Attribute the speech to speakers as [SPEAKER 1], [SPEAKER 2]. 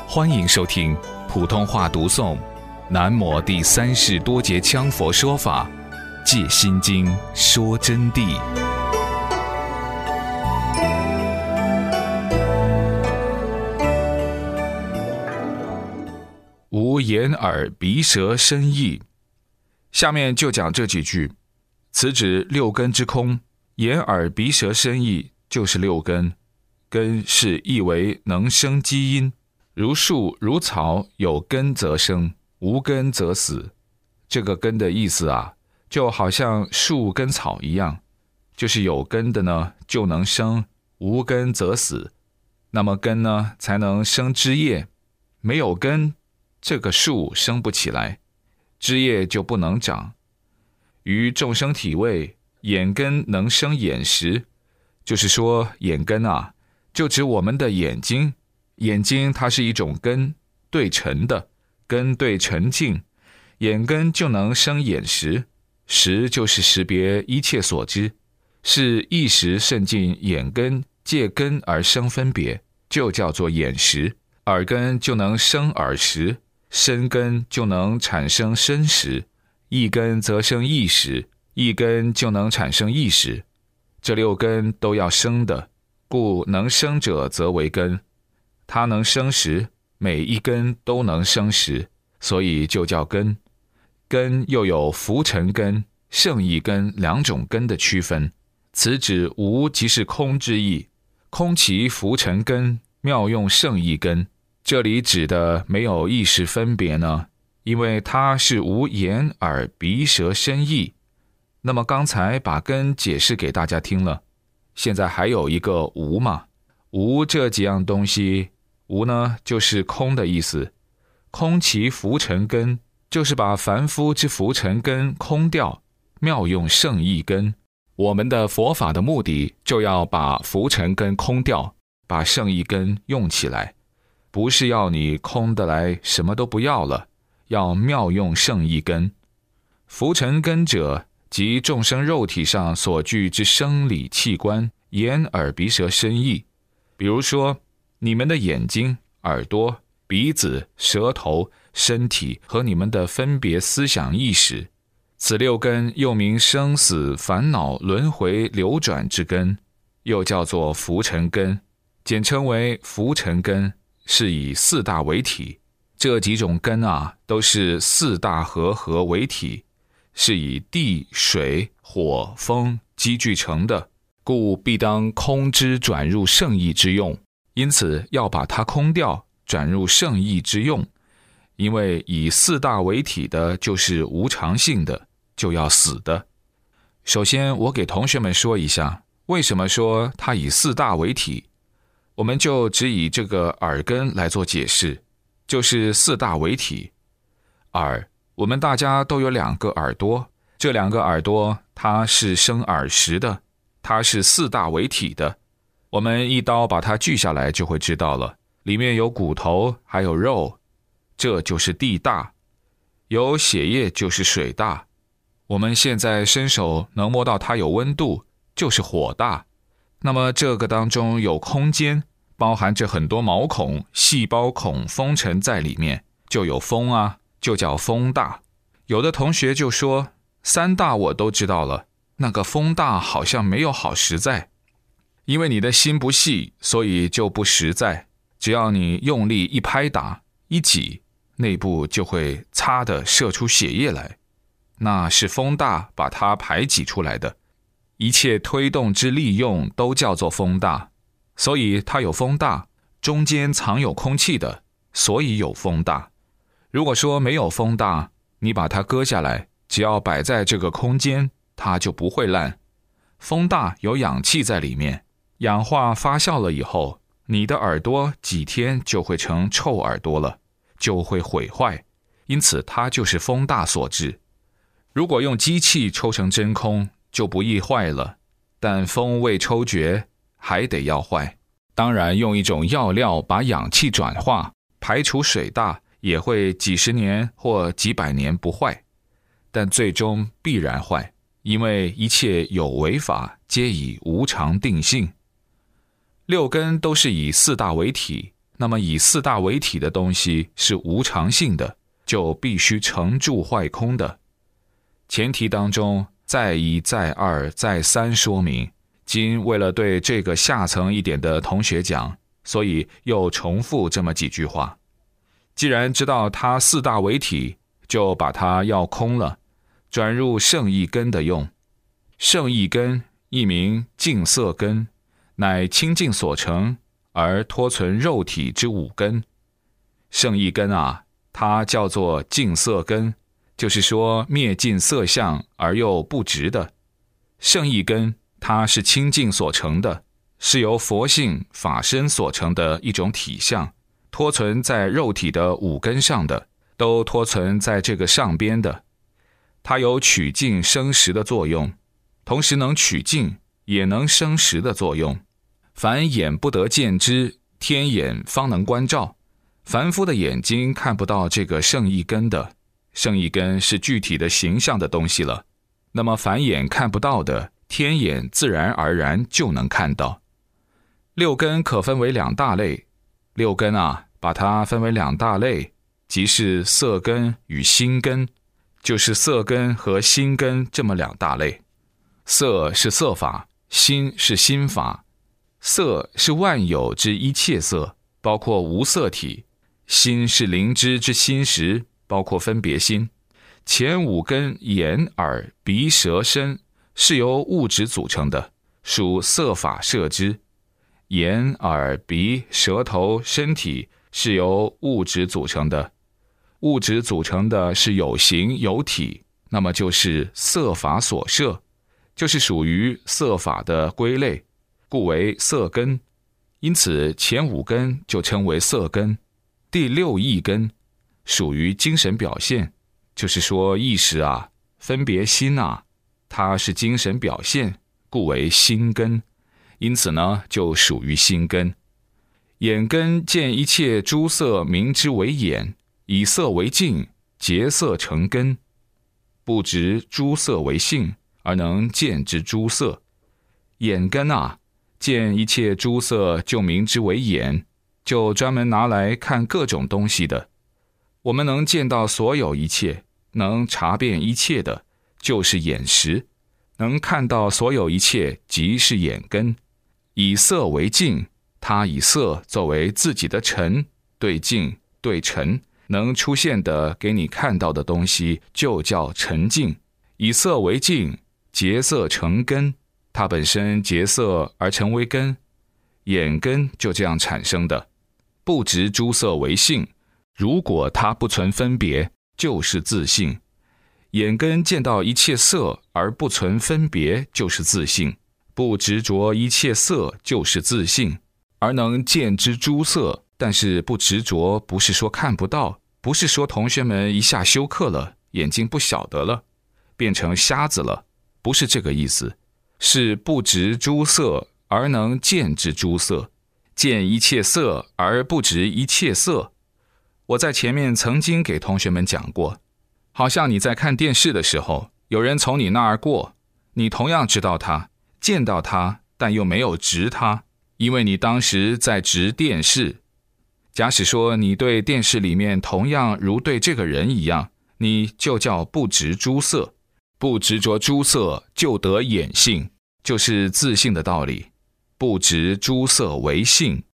[SPEAKER 1] 欢迎收听普通话读诵南摩第三世多杰羌佛说法戒心经说真谛。无眼耳鼻舌身意，下面就讲这几句。此指六根之空，眼耳鼻舌身意就是六根。根是意为能生基因，如树如草，有根则生，无根则死。这个根的意思啊，就好像树跟草一样，就是有根的呢就能生，无根则死。那么根呢才能生枝叶，没有根，这个树生不起来，枝叶就不能长。于众生体位，眼根能生眼识，就是说眼根啊，就指我们的眼睛。眼睛它是一种根，对尘的，根对尘境，眼根就能生眼识，识就是识别一切所知，是意识渗进眼根，借根而生分别，就叫做眼识。耳根就能生耳识，身根就能产生身识，意根则生意识，意根就能产生意识。这六根都要生的，故能生者则为根。它能生时，每一根都能生时，所以就叫根。根又有浮尘根、圣意根两种根的区分。此指无即是空之意，空其浮尘根，妙用圣意根。这里指的没有意识分别呢，因为它是无眼耳鼻舌身意。那么刚才把根解释给大家听了，现在还有一个无嘛。无这几样东西，无呢就是空的意思。空其浮尘根，就是把凡夫之浮尘根空掉，妙用圣意根。我们的佛法的目的就要把浮尘根空掉，把圣意根用起来，不是要你空得来什么都不要了，要妙用圣意根。浮尘根者，即众生肉体上所具之生理器官，眼耳鼻舌身意。比如说你们的眼睛、耳朵、鼻子、舌头、身体和你们的分别思想意识，此六根又名生死烦恼轮回流转之根，又叫做浮尘根，简称为浮尘根，是以四大为体。这几种根啊，都是四大合为体，是以地、水、火、风积聚成的，故必当空之转入圣意之用。因此要把它空掉，转入圣意之用。因为以四大为体的就是无常性的，就要死的。首先我给同学们说一下，为什么说它以四大为体。我们就只以这个耳根来做解释，就是四大为体。耳，我们大家都有两个耳朵，这两个耳朵它是生耳识的，它是四大为体的。我们一刀把它锯下来就会知道了，里面有骨头还有肉，这就是地大。有血液就是水大。我们现在伸手能摸到它有温度，就是火大。那么这个当中有空间，包含着很多毛孔、细胞孔、风尘在里面，就有风啊，就叫风大。有的同学就说三大我都知道了，那个风大好像没有好实在。因为你的心不细，所以就不实在。只要你用力一拍打一挤，内部就会擦的射出血液来，那是风大把它排挤出来的。一切推动之利用都叫做风大，所以它有风大，中间藏有空气的，所以有风大。如果说没有风大，你把它割下来，只要摆在这个空间，它就不会烂。风大有氧气在里面，氧化发酵了以后，你的耳朵几天就会成臭耳朵了，就会毁坏，因此它就是风大所致。如果用机器抽成真空，就不易坏了，但风未抽绝，还得要坏。当然用一种药料把氧气转化，排除水大，也会几十年或几百年不坏，但最终必然坏，因为一切有为法，皆以无常定性。六根都是以四大为体， 那么以四大为体的东西是无常性的，就必须成住坏空的。前提当中再一再二再三说明，今为了对这个下层一点的同学讲，所以又重复这么几句话。既然知道它四大为体，就把它要空了，转入圣意根的用。圣意根亦名净色根，乃清净所成，而托存肉体之五根。圣意根啊，它叫做净色根，就是说灭尽色相而又不执的。圣意根它是清净所成的，是由佛性法身所成的一种体相，托存在肉体的五根上的，都托存在这个上边的。它有取净生实的作用，同时能取净也能生实的作用。凡眼不得见之，天眼方能观照。凡夫的眼睛看不到这个圣意根的，圣意根是具体的形象的东西了。那么凡眼看不到的，天眼自然而然就能看到。六根可分为两大类，六根啊，把它分为两大类，即是色根与心根，就是色根和心根这么两大类。色是色法，心是心法。色是万有之一切色，包括无色体；心是灵知之心识，包括分别心。前五根眼耳鼻舌身是由物质组成的，属色法摄之。眼耳鼻舌头身体是由物质组成的，物质组成的是有形有体，那么就是色法所摄，就是属于色法的归类，故为色根。因此前五根就称为色根。第六意根属于精神表现，就是说意识啊，分别心啊，它是精神表现，故为心根。因此呢，就属于心根。眼根见一切诸色，明之为眼，以色为镜，结色成根，不执诸色为性，而能见之诸色。眼根啊，见一切诸色就明之为眼，就专门拿来看各种东西的。我们能见到所有一切，能察辨一切的，就是眼识；能看到所有一切，即是眼根。以色为镜，它以色作为自己的尘，对镜对尘，能出现的给你看到的东西就叫尘镜。以色为镜，结色成根，它本身结色而成为根，眼根就这样产生的。不执诸色为性，如果它不存分别，就是自性。眼根见到一切色而不存分别，就是自性。不执着一切色，就是自性，而能见之诸色。但是不执着，不是说看不到，不是说同学们一下休克了，眼睛不晓得了，变成瞎子了，不是这个意思，是不执诸色而能见之诸色，见一切色而不执一切色。我在前面曾经给同学们讲过，好像你在看电视的时候，有人从你那儿过，你同样知道他，见到他，但又没有执他，因为你当时在执电视。假使说你对电视里面同样如对这个人一样，你就叫不执诸色。不执着诸色，就得眼性，就是自性的道理。不执诸色为性，